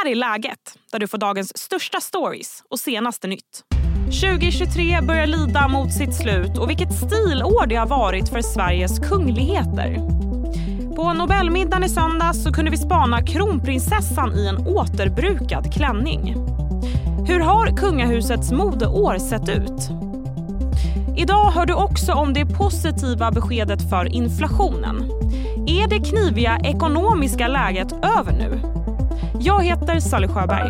här är läget, där du får dagens största stories och senaste nytt. 2023 börjar lida mot sitt slut och vilket stilår det har varit för Sveriges kungligheter. På Nobelmiddagen i söndags så kunde vi spana kronprinsessan i en återbrukad klänning. Hur har kungahusets modeår sett ut? Idag hör du också om det positiva beskedet för inflationen. Är det kniviga ekonomiska läget över nu? Jag heter Sally Sjöberg.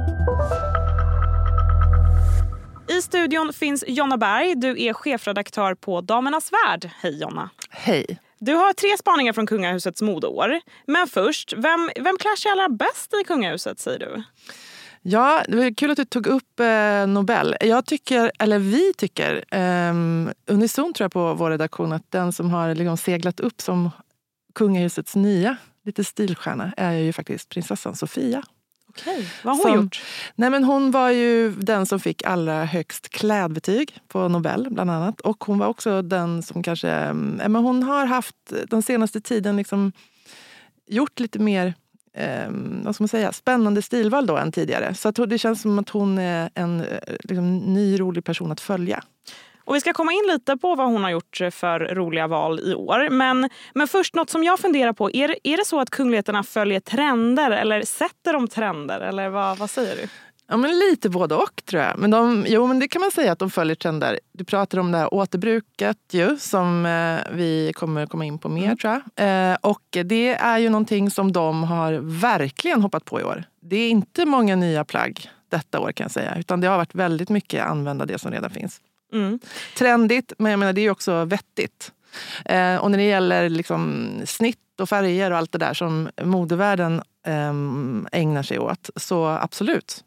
I studion finns Jonna Berg. Du är chefredaktör på Damernas Värld. Hej Jonna. Hej. Du har 3 spaningar från kungahusets modeår. Men först, vem klär sig allra bäst i kungahuset, säger du? Ja, det var kul att du tog upp Nobel. Vi tycker unison tror jag på vår redaktion att den som har liksom seglat upp som kungahusets nya lite stilstjärna är ju faktiskt prinsessan Sofia. Okej, vad har hon gjort? Nej, men hon var ju den som fick allra högst klädbetyg på Nobel bland annat. Och hon var också den som kanske, men hon har haft den senaste tiden liksom gjort lite mer vad ska man säga, spännande stilval då än tidigare. Så att det känns som att hon är en liksom, ny rolig person att följa. Och vi ska komma in lite på vad hon har gjort för roliga val i år. Men först något som jag funderar på. Är det så att kungligheterna följer trender eller sätter de trender? Eller vad säger du? Ja, men lite både och tror jag. Men det kan man säga att de följer trender. Du pratar om det här återbruket ju, som vi kommer komma in på mer tror jag. Och det är ju någonting som de har verkligen hoppat på i år. Det är inte många nya plagg detta år kan jag säga. Utan det har varit väldigt mycket använda det som redan finns. Trendigt, men jag menar det är ju också vettigt. Och när det gäller liksom snitt och färger och allt det där som modevärlden ägnar sig åt, så absolut.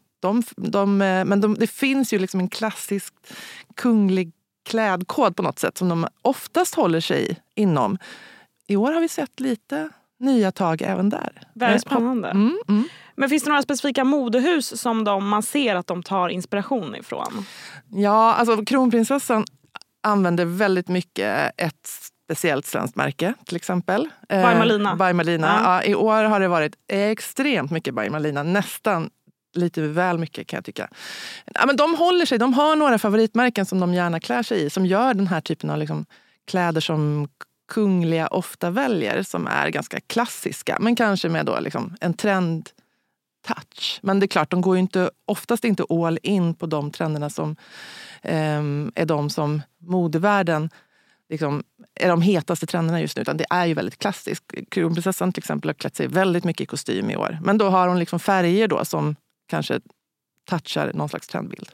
Det finns ju liksom en klassisk kunglig klädkod på något sätt som de oftast håller sig inom. I år har vi sett lite nya tag även där. Väldigt spännande. Men finns det några specifika modehus som man ser att de tar inspiration ifrån? Ja, alltså kronprinsessan använder väldigt mycket ett speciellt svenskt märke till exempel. By Malina. Ja, i år har det varit extremt mycket By Malina. Nästan lite väl mycket kan jag tycka. Ja, men de håller sig, de har några favoritmärken som de gärna klär sig i. Som gör den här typen av liksom kläder som kungliga ofta väljer. Som är ganska klassiska. Men kanske med då liksom en trend touch. Men det är klart, de går ju oftast inte all in på de trenderna som är de som modevärlden liksom, är de hetaste trenderna just nu. Utan det är ju väldigt klassiskt. Kronprinsessan till exempel har klätt sig väldigt mycket i kostym i år. Men då har hon liksom färger då som kanske touchar någon slags trendbild.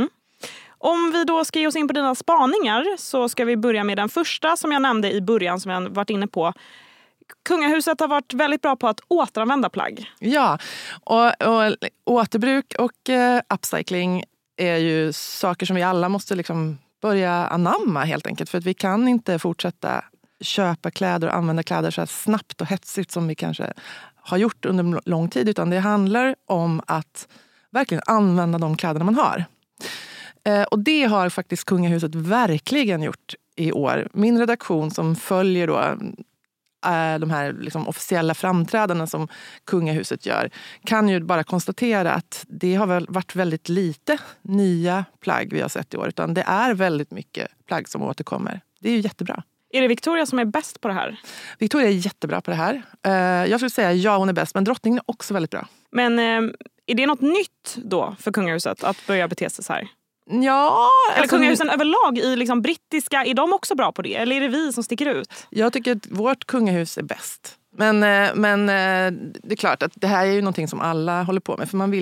Om vi då ska ge oss in på dina spaningar så ska vi börja med den första som jag nämnde i början som jag varit inne på. Kungahuset har varit väldigt bra på att återanvända plagg. Ja, och återbruk och upcycling är ju saker som vi alla måste liksom börja anamma helt enkelt. För att vi kan inte fortsätta köpa kläder och använda kläder så här snabbt och hetsigt som vi kanske har gjort under lång tid. Utan det handlar om att verkligen använda de kläderna man har. Och det har faktiskt kungahuset verkligen gjort i år. Min redaktion som följer då de här liksom officiella framträdanden som kungahuset gör kan ju bara konstatera att det har väl varit väldigt lite nya plagg vi har sett i år. Utan det är väldigt mycket plagg som återkommer. Det är ju jättebra. Är det Victoria som är bäst på det här? Victoria är jättebra på det här. Jag skulle säga ja, hon är bäst. Men drottningen är också väldigt bra. Men är det något nytt då för kungahuset att börja bete sig så här? Ja, eller kungahusen överlag i liksom brittiska, är de också bra på det? Eller är det vi som sticker ut? Jag tycker att vårt kungahus är bäst. Men det är klart att det här är ju någonting som alla håller på med. För man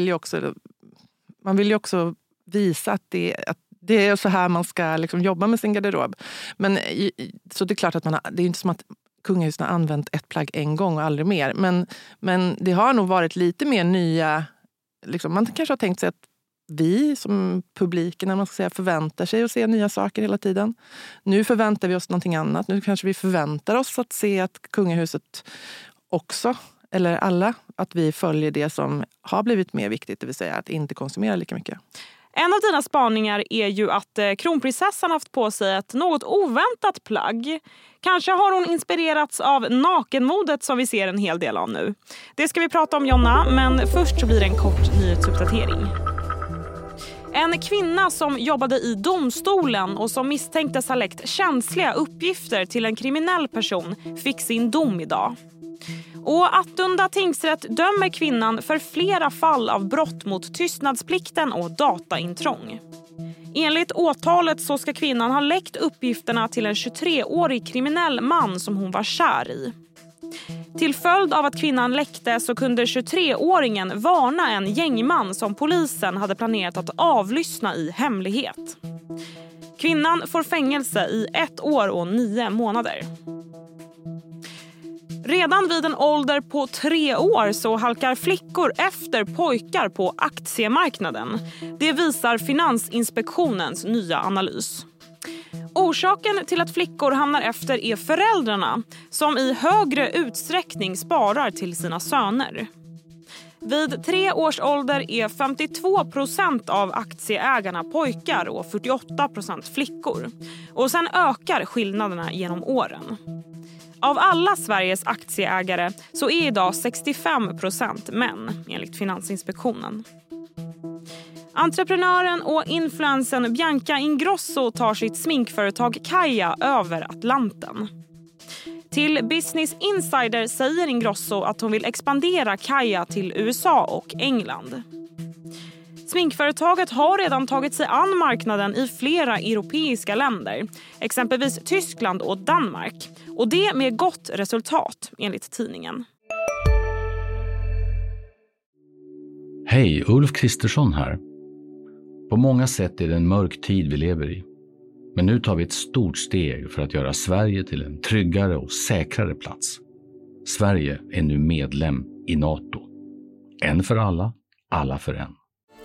vill ju också visa att det är så här man ska liksom jobba med sin garderob. Men så det är klart att det är inte som att kungahusen har använt ett plagg en gång och aldrig mer. Men det har nog varit lite mer nya, liksom, man kanske har tänkt sig att vi som publiken, när man ska säga, förväntar sig att se nya saker hela tiden. Nu förväntar vi oss någonting annat. Nu kanske vi förväntar oss att se att kungahuset också, eller alla, att vi följer det som har blivit mer viktigt, det vill säga att inte konsumera lika mycket. En av dina spaningar är ju att kronprinsessan haft på sig ett något oväntat plagg. Kanske har hon inspirerats av nakenmodet som vi ser en hel del av nu. Det ska vi prata om, Jonna, men först så blir det en kort nyhetsuppdatering. En kvinna som jobbade i domstolen och som misstänktes ha läckt känsliga uppgifter till en kriminell person fick sin dom idag. Och Attunda tingsrätt dömer kvinnan för flera fall av brott mot tystnadsplikten och dataintrång. Enligt åtalet så ska kvinnan ha läckt uppgifterna till en 23-årig kriminell man som hon var kär i. Till följd av att kvinnan läckte så kunde 23-åringen varna en gängman som polisen hade planerat att avlyssna i hemlighet. Kvinnan får fängelse i 1 år och 9 månader. Redan vid en ålder på 3 år så halkar flickor efter pojkar på aktiemarknaden. Det visar Finansinspektionens nya analys. Orsaken till att flickor hamnar efter är föräldrarna som i högre utsträckning sparar till sina söner. Vid 3 års ålder är 52% av aktieägarna pojkar och 48% flickor. Och sen ökar skillnaderna genom åren. Av alla Sveriges aktieägare så är idag 65% män, enligt Finansinspektionen. Entreprenören och influensen Bianca Ingrosso tar sitt sminkföretag Kaja över Atlanten. Till Business Insider säger Ingrosso att hon vill expandera Kaja till USA och England. Sminkföretaget har redan tagit sig an marknaden i flera europeiska länder, exempelvis Tyskland och Danmark. Och det med gott resultat, enligt tidningen. Hej, Ulf Kristersson här. På många sätt är det en mörk tid vi lever i. Men nu tar vi ett stort steg för att göra Sverige till en tryggare och säkrare plats. Sverige är nu medlem i NATO. En för alla, alla för en.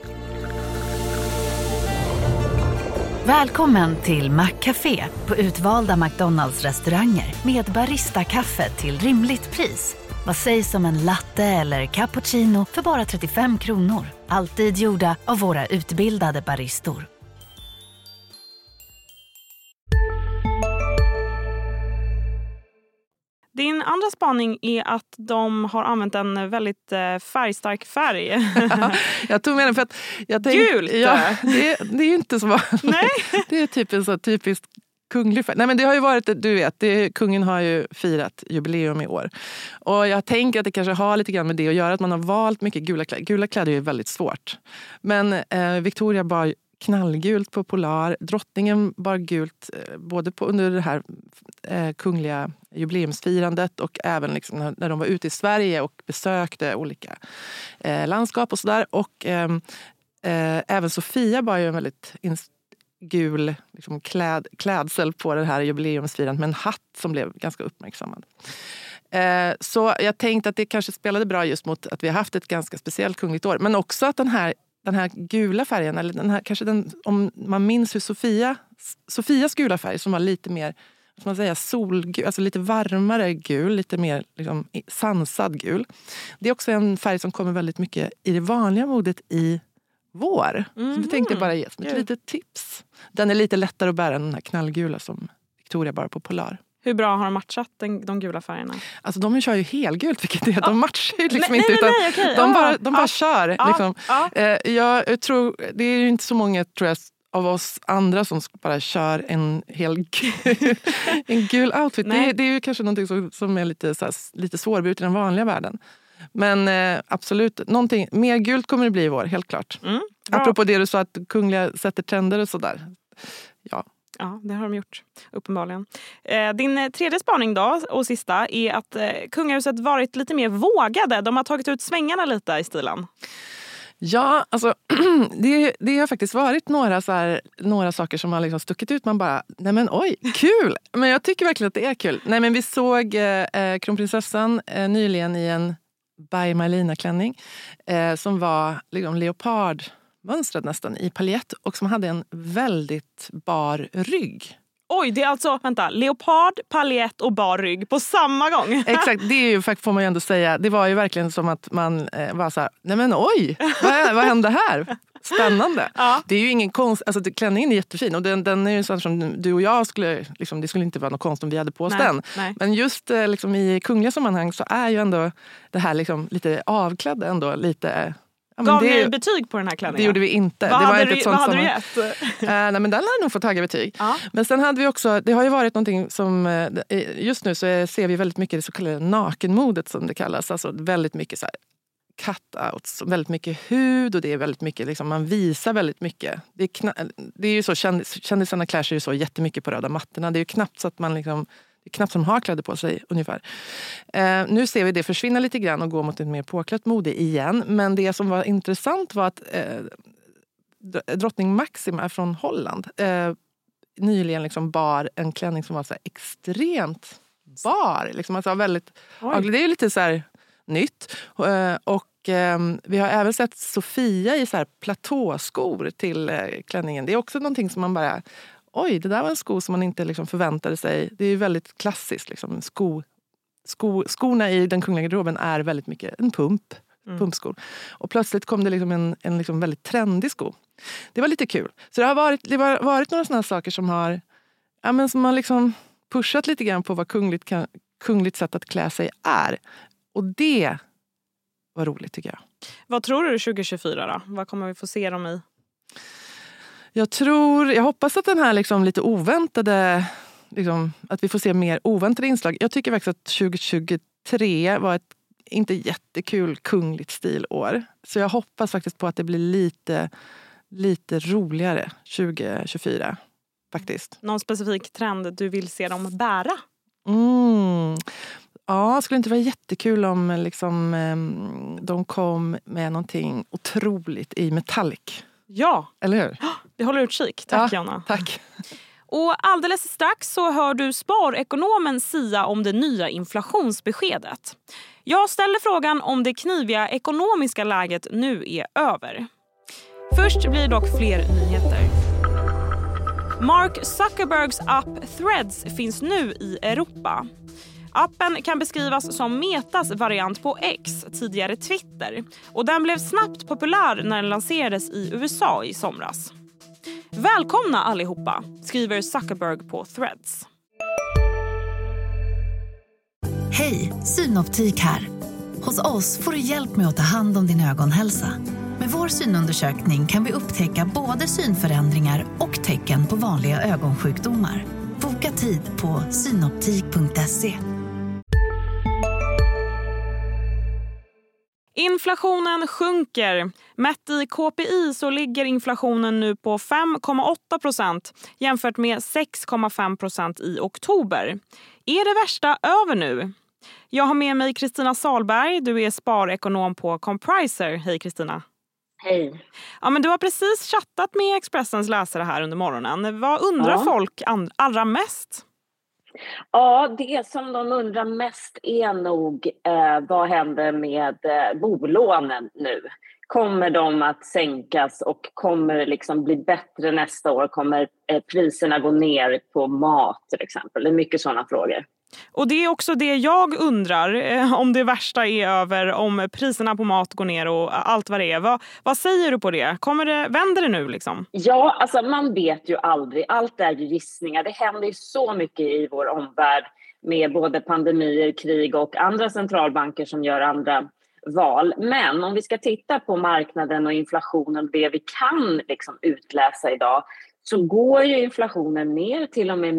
Välkommen till Maccafé på utvalda McDonalds-restauranger med barista-kaffe till rimligt pris. Vad sägs om en latte eller cappuccino för bara 35 kronor? Alltid gjorda av våra utbildade baristor. Din andra spaning är att de har använt en väldigt färgstark färg. Jag tog med den för att jag tänkte... Gult! Ja, det är ju inte så... Nej. Det är typ en så typiskt kunglig färg. Nej, men det har ju varit, du vet, kungen har ju firat jubileum i år. Och jag tänker att det kanske har lite grann med det att göra, att man har valt mycket gula kläder. Gula kläder är ju väldigt svårt. Men Victoria bar knallgult på Polar. Drottningen bar gult både under det här kungliga jubileumsfirandet och även liksom när de var ute i Sverige och besökte olika landskap och sådär. Och även Sofia bar ju en väldigt gul liksom klädsel på det här jubileumsfirandet med en hatt som blev ganska uppmärksammad. Så jag tänkte att det kanske spelade bra just mot att vi har haft ett ganska speciellt kungligt år. Men också att den här gula färgen, eller den här, kanske den, om man minns hur Sofias gula färg som var lite mer, som man säger, solgul, alltså lite varmare gul, lite mer liksom sansad gul. Det är också en färg som kommer väldigt mycket i det vanliga modet i vår. Så det tänkte jag bara ge som ett litet tips. Den är lite lättare att bära än den här knallgula som Victoria bara på Polar. Hur bra har de matchat de gula färgerna? Alltså de kör ju helgult, vilket är att de matchar ju liksom inte. Utan okay. De bara kör. Liksom. Jag tror, det är ju inte så många, tror jag, av oss andra som bara kör en hel en gul outfit. Det är ju kanske någonting som är lite svårburet i den vanliga världen. Men absolut, någonting mer gult kommer det bli i vår, helt klart. Apropå det du sa att kungliga sätter trender och sådär. Ja. Ja, det har de gjort, uppenbarligen. Din tredje spaning då, och sista, är att kungahuset varit lite mer vågade. De har tagit ut svängarna lite i stilen. Ja, alltså det har faktiskt varit några saker som har liksom stuckit ut. Man bara, nej men oj, kul! Men jag tycker verkligen att det är kul. Nej men vi såg kronprinsessan nyligen i en By Marlina-klänning som var liksom leopardmönstrad nästan i paljett och som hade en väldigt bar rygg. Oj, det är alltså, leopard, paljett och bar rygg på samma gång. Exakt, det är ju, får man ju ändå säga, det var ju verkligen som att man var så här, nej men oj, vad hände här? Spännande. Ja. Det är ju ingen konst, alltså klänningen är jättefin och den är ju sån som du och jag skulle, liksom, det skulle inte vara någon konst om vi hade på oss den. Nej. Men just liksom, i kungliga sammanhang så är ju ändå det här liksom, lite avklädda ändå lite... Ja, gav ni betyg på den här klänningen? Det gjorde vi inte. Vad det var hade, inte du, ett sånt vad hade du gett? Nej, men den hade nog fått höga betyg. Ja. Men sen hade vi också, det har ju varit någonting som, just nu så ser vi väldigt mycket det så kallade nakenmodet som det kallas. Alltså väldigt mycket så här cutouts, väldigt mycket hud och det är väldigt mycket, liksom, man visar väldigt mycket. Det är ju så, kändisarna klär sig ju så jättemycket på röda mattorna. Det är ju knappt så att man liksom, det är knappt som har kläder på sig ungefär. Nu ser vi det försvinna lite grann och gå mot ett mer påklätt mode igen. Men det som var intressant var att drottning Maxima från Holland nyligen liksom bar en klänning som var så här extremt bar. Liksom, alltså väldigt, det är ju lite så här nytt. Och vi har även sett Sofia i så här platåskor till klänningen. Det är också någonting som man bara... Oj, det där var en sko som man inte liksom förväntade sig. Det är ju väldigt klassiskt. Liksom. Skorna i den kungliga garderoben är väldigt mycket en pumpskor. Och plötsligt kom det liksom en liksom väldigt trendig sko. Det var lite kul. Så det har varit några sådana saker som har, ja, men som har liksom pushat lite grann på vad kungligt sätt att klä sig är. Och det var roligt tycker jag. Vad tror du 2024 då? Vad kommer vi få se dem i? Jag hoppas att den här liksom lite oväntade, liksom, att vi får se mer oväntade inslag. Jag tycker faktiskt att 2023 var ett inte jättekul kungligt stilår. Så jag hoppas faktiskt på att det blir lite roligare 2024 faktiskt. Någon specifik trend du vill se dem bära? Ja, skulle inte vara jättekul om liksom, de kom med någonting otroligt i metallic. Ja, eller hur? Vi håller utkik. Tack, Jonna. Tack. Och alldeles strax så hör du sparekonomen sia om det nya inflationsbeskedet. Jag ställer frågan om det kniviga ekonomiska läget nu är över. Först blir dock fler nyheter. Mark Zuckerbergs app Threads finns nu i Europa. Appen kan beskrivas som Metas variant på X, tidigare Twitter. Och den blev snabbt populär när den lanserades i USA i somras. Välkomna allihopa, skriver Zuckerberg på Threads. Hej, Synoptik här. Hos oss får du hjälp med att ta hand om din ögonhälsa. Med vår synundersökning kan vi upptäcka både synförändringar och tecken på vanliga ögonsjukdomar. Boka tid på synoptik.se. Inflationen sjunker. Mätt i KPI så ligger inflationen nu på 5,8% jämfört med 6,5% i oktober. Är det värsta över nu? Jag har med mig Kristina Salberg. Du är sparekonom på Compriser. Hej Kristina. Hej. Ja, men du har precis chattat med Expressens läsare här under morgonen. Vad undrar folk allra mest? Ja, det som de undrar mest är nog vad händer med bolånen nu? Kommer de att sänkas och kommer det liksom bli bättre nästa år? Kommer priserna gå ner på mat till exempel? Det är mycket sådana frågor. Och det är också det jag undrar, om det värsta är över, om priserna på mat går ner och allt vad det är. Vad säger du på det? Vänder det nu liksom? Ja, alltså man vet ju aldrig. Allt är ju gissningar. Det händer ju så mycket i vår omvärld med både pandemier, krig och andra centralbanker som gör andra val. Men om vi ska titta på marknaden och inflationen, det vi kan liksom utläsa idag, så går ju inflationen ner, till och med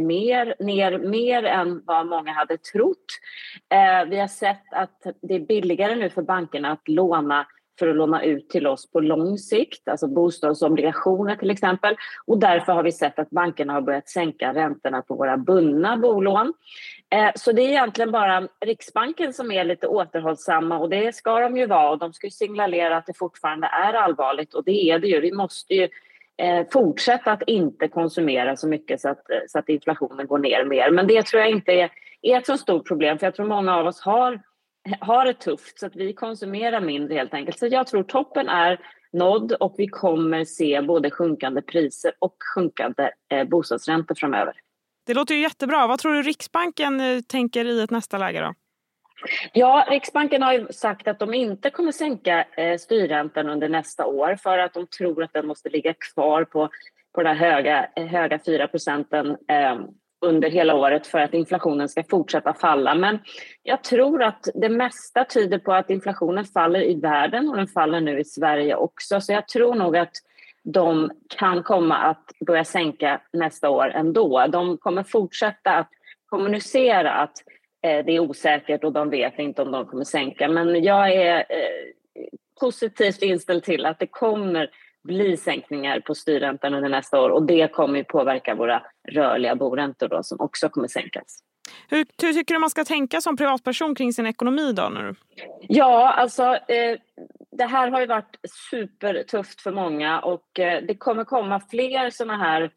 mer än vad många hade trott. Vi har sett att det är billigare nu för bankerna att låna för att låna ut till oss på lång sikt, alltså bostadsobligationer till exempel. Och därför har vi sett att bankerna har börjat sänka räntorna på våra bundna bolån. Så det är egentligen bara Riksbanken som är lite återhållsamma, och det ska de ju vara. Och de ska ju signalera att det fortfarande är allvarligt, och det är det ju. Vi måste ju fortsätta att inte konsumera så mycket så att inflationen går ner mer. Men det tror jag inte är ett så stort problem, för jag tror många av oss har det tufft, så att vi konsumerar mindre helt enkelt. Så jag tror toppen är nådd, och vi kommer se både sjunkande priser och sjunkande bostadsräntor framöver. Det låter ju jättebra. Vad tror du Riksbanken tänker i ett nästa läge då? Ja, Riksbanken har ju sagt att de inte kommer sänka styrräntan under nästa år för att de tror att den måste ligga kvar på den höga 4% under hela året för att inflationen ska fortsätta falla. Men jag tror att det mesta tyder på att inflationen faller i världen och den faller nu i Sverige också. Så jag tror nog att de kan komma att börja sänka nästa år ändå. De kommer fortsätta att kommunicera att det är osäkert och de vet inte om de kommer sänka. Men jag är positivt inställd till att det kommer bli sänkningar på styrräntan under nästa år. Och det kommer påverka våra rörliga boräntor då, som också kommer sänkas. Hur tycker du man ska tänka som privatperson kring sin ekonomi då nu? Ja, alltså det här har ju varit supertufft för många och det kommer komma fler såna här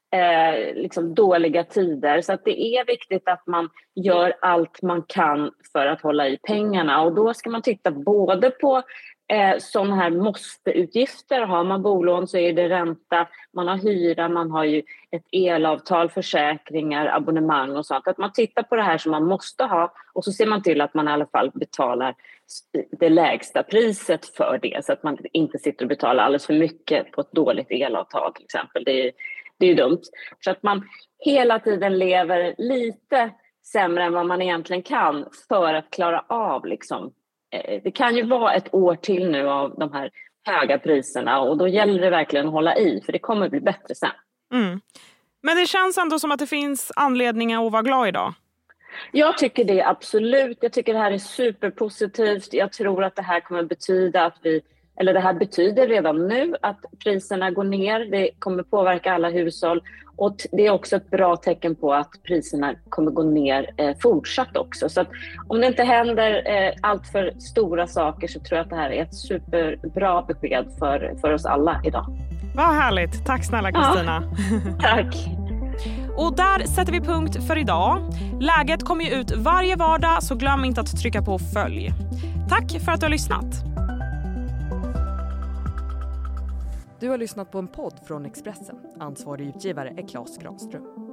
liksom dåliga tider. Så att det är viktigt att man gör allt man kan för att hålla i pengarna. Och då ska man titta både på sådana här måste-utgifter. Har man bolån så är det ränta, man har hyra, man har ju ett elavtal, försäkringar, abonnemang och sånt. Att man tittar på det här som man måste ha och så ser man till att man i alla fall betalar det lägsta priset för det. Så att man inte sitter och betalar alldeles för mycket på ett dåligt elavtal till exempel. Det är ju dumt. Så att man hela tiden lever lite sämre än vad man egentligen kan för att klara av liksom. Det kan ju vara ett år till nu av de här höga priserna och då gäller det verkligen att hålla i för det kommer bli bättre sen. Mm. Men det känns ändå som att det finns anledningar att vara glad idag. Jag tycker det absolut. Jag tycker det här är superpositivt. Jag tror att det här kommer betyda att det här betyder redan nu att priserna går ner. Det kommer påverka alla hushåll. Och det är också ett bra tecken på att priserna kommer gå ner fortsatt också. Så att om det inte händer allt för stora saker så tror jag att det här är ett superbra besked för oss alla idag. Vad härligt. Tack snälla Kristina. Ja, tack. Och där sätter vi punkt för idag. Läget kommer ju ut varje vardag så glöm inte att trycka på följ. Tack för att du har lyssnat. Du har lyssnat på en podd från Expressen. Ansvarig utgivare är Claes Granström.